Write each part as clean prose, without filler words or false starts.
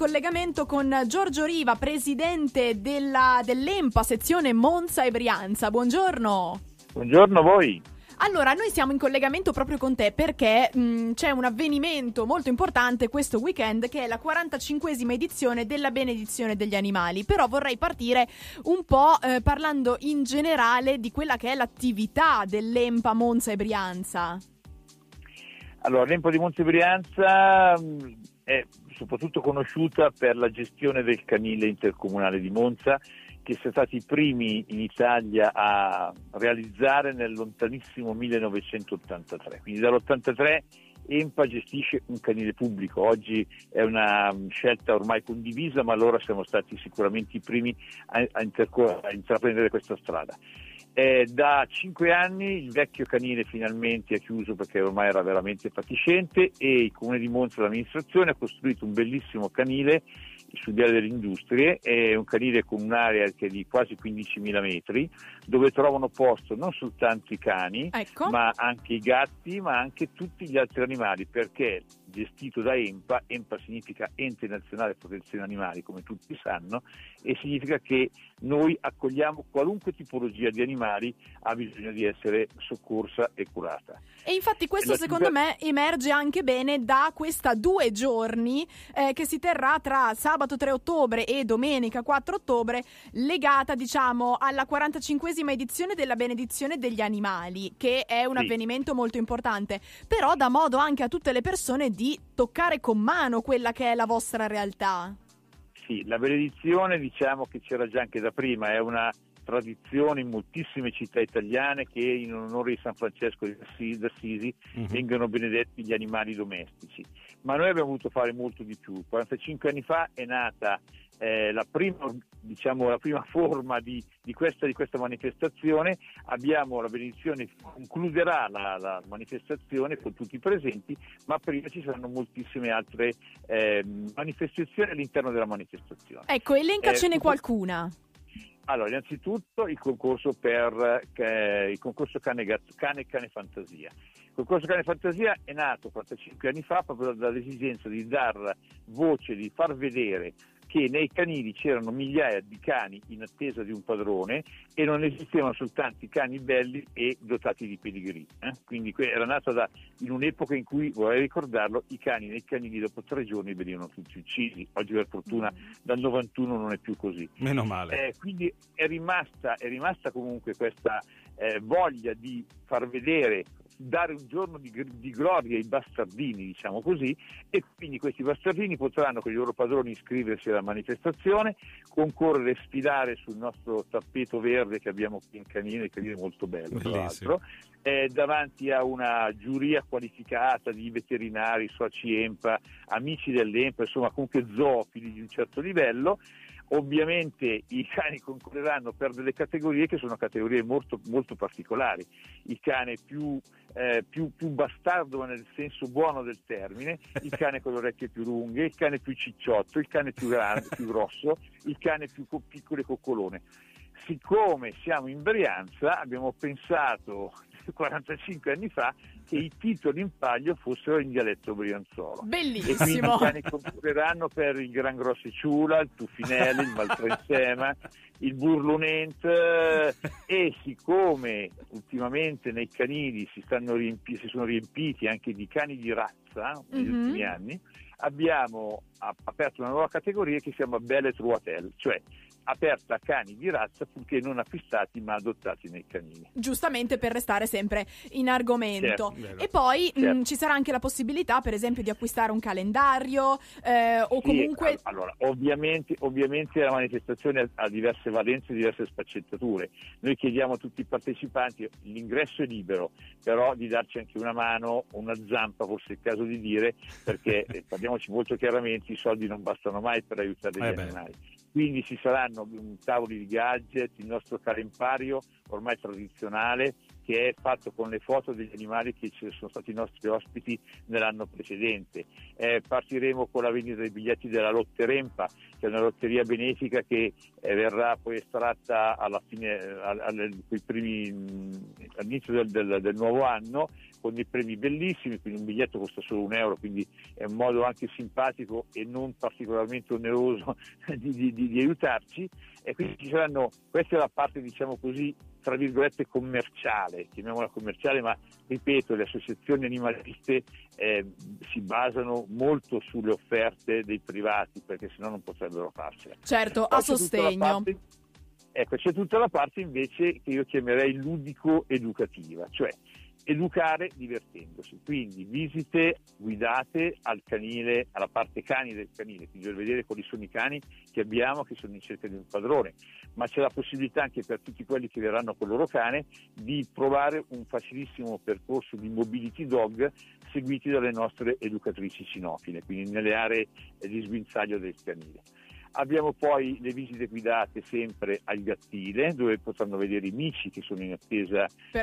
collegamento con Giorgio Riva, presidente dell'EMPA, sezione Monza e Brianza. Buongiorno. Buongiorno a voi. Allora, noi siamo in collegamento proprio con te perché c'è un avvenimento molto importante questo weekend che è la 45esima edizione della benedizione degli animali. Però vorrei partire un po' parlando in generale di quella che è l'attività dell'EMPA Monza e Brianza. Allora, l'EMPA di Monza e Brianza è soprattutto conosciuta per la gestione del canile intercomunale di Monza, che siamo stati i primi in Italia a realizzare nel lontanissimo 1983. Quindi dall'83 EMPA gestisce un canile pubblico. Oggi è una scelta ormai condivisa, ma allora siamo stati sicuramente i primi a intraprendere questa strada. Da 5 anni il vecchio canile finalmente è chiuso perché ormai era veramente fatiscente e il Comune di Monza, l'amministrazione, ha costruito un bellissimo canile sul viale delle Industrie. È un canile con un'area che è di quasi 15.000 metri, dove trovano posto non soltanto i cani, ma anche i gatti, ma anche tutti gli altri animali, perché gestito da EMPA. EMPA significa Ente Nazionale Protezione Animali, come tutti sanno, e significa che noi accogliamo qualunque tipologia di animali ha bisogno di essere soccorsa e curata. E infatti questo secondo me emerge anche bene da questa 2 giorni che si terrà tra sabato 3 ottobre e domenica 4 ottobre, legata diciamo alla 45esima edizione della benedizione degli animali, che è un avvenimento molto importante, però dà modo anche a tutte le persone di toccare con mano quella che è la vostra realtà. Sì, la benedizione diciamo che c'era già anche da prima, è una tradizione in moltissime città italiane che in onore di San Francesco d'Assisi vengono benedetti gli animali domestici, ma noi abbiamo voluto fare molto di più. 45 anni fa è nata la prima forma di questa manifestazione. Abbiamo la benedizione, concluderà la manifestazione con tutti i presenti, ma prima ci saranno moltissime altre manifestazioni all'interno della manifestazione. Ecco, elencacene qualcuna. Allora, innanzitutto il concorso cane fantasia. Il concorso cane fantasia è nato 45 anni fa proprio dall'esigenza di dar voce, di far vedere che nei canili c'erano migliaia di cani in attesa di un padrone e non esistevano soltanto i cani belli e dotati di pedigree. Quindi era nata in un'epoca in cui, vorrei ricordarlo, i cani nei canili dopo 3 giorni venivano tutti uccisi. Oggi per fortuna dal 91 non è più così. Meno male. Quindi è rimasta comunque questa voglia di far vedere, dare un giorno di gloria ai bastardini, diciamo così, e quindi questi bastardini potranno con i loro padroni iscriversi alla manifestazione, concorrere e sfilare sul nostro tappeto verde che abbiamo qui in canile, il canile molto bello tra l'altro, davanti a una giuria qualificata di veterinari, soci EMPA, amici dell'EMPA, insomma comunque zoofili di un certo livello. Ovviamente i cani concorreranno per delle categorie che sono categorie molto, molto particolari. Il cane più bastardo, ma nel senso buono del termine, il cane con le orecchie più lunghe, il cane più cicciotto, il cane più grande, più grosso, il cane più piccolo e coccolone. Siccome siamo in Brianza, abbiamo pensato 45 anni fa che i titoli in palio fossero in dialetto brianzolo. Bellissimo! E quindi i cani concorreranno per il Gran Grosso Ciula, il Tuffinelli, il Maltrensema, il Burlunent, e siccome ultimamente nei canili si sono riempiti anche di cani di razza negli ultimi anni, abbiamo aperto una nuova categoria che si chiama Belle Truatel, cioè aperta a cani di razza purché non acquistati ma adottati nei canili. Giustamente, per restare sempre in argomento. Certo. E poi ci sarà anche la possibilità, per esempio, di acquistare un calendario o comunque... Allora, ovviamente la manifestazione ha diverse valenze, diverse sfaccettature. Noi chiediamo a tutti i partecipanti, l'ingresso è libero, però di darci anche una mano, una zampa, forse è il caso di dire, perché parliamoci molto chiaramente, i soldi non bastano mai per aiutare gli animali. Quindi ci saranno tavoli di gadget, il nostro calendario ormai tradizionale che è fatto con le foto degli animali che ci sono stati i nostri ospiti nell'anno precedente. Partiremo con la vendita dei biglietti della Lotterempa, che è una lotteria benefica che verrà poi estratta alla fine, all'inizio del nuovo anno, con dei premi bellissimi, quindi un biglietto costa solo €1, quindi è un modo anche simpatico e non particolarmente oneroso di aiutarci. E quindi ci saranno, questa è la parte, diciamo così, tra virgolette commerciale, chiamiamola commerciale, ma ripeto, le associazioni animaliste si basano molto sulle offerte dei privati, perché sennò non potrebbero farsela. Certo, a sostegno. C'è tutta la parte invece che io chiamerei ludico-educativa, cioè educare divertendosi, quindi visite guidate al canile, alla parte cani del canile, quindi per vedere quali sono i cani che abbiamo, che sono in cerca di un padrone, ma c'è la possibilità anche per tutti quelli che verranno con il loro cane di provare un facilissimo percorso di mobility dog seguiti dalle nostre educatrici cinofile, quindi nelle aree di sguinzaglio del canile. Abbiamo poi le visite guidate sempre al Gattile, dove potranno vedere i mici che sono in attesa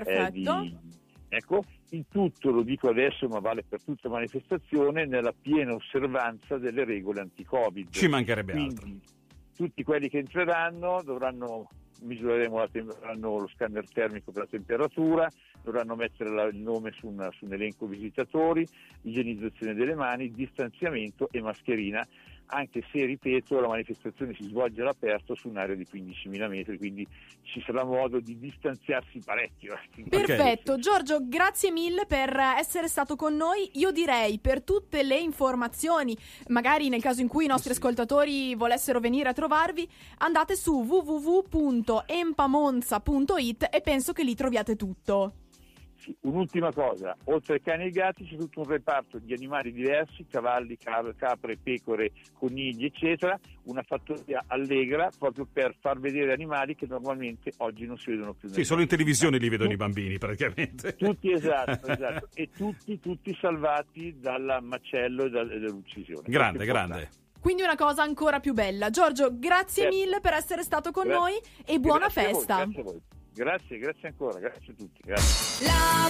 Ecco, il tutto, lo dico adesso ma vale per tutta manifestazione, nella piena osservanza delle regole anti-Covid. Ci mancherebbe Quindi, altro. Tutti quelli che entreranno misureremo lo scanner termico per la temperatura, dovranno mettere il nome su un elenco visitatori, igienizzazione delle mani, distanziamento e mascherina, anche se, ripeto, la manifestazione si svolge all'aperto su un'area di 15.000 metri, quindi ci sarà modo di distanziarsi parecchio. Perfetto, Okay. Giorgio, grazie mille per essere stato con noi. Io direi, per tutte le informazioni, magari nel caso in cui i nostri ascoltatori volessero venire a trovarvi, andate su www.empamonza.it e penso che lì troviate tutto. Un'ultima cosa, oltre ai cani e ai gatti c'è tutto un reparto di animali diversi, cavalli, capre, pecore, conigli eccetera, una fattoria allegra proprio per far vedere animali che normalmente oggi non si vedono più. Sì, solo in televisione li vedono i bambini praticamente. Tutti, esatto, e tutti salvati dal macello e dall'uccisione. Grande. Quindi una cosa ancora più bella. Giorgio, grazie mille per essere stato con noi e buona festa. Grazie a voi. Grazie ancora, grazie a tutti. Grazie.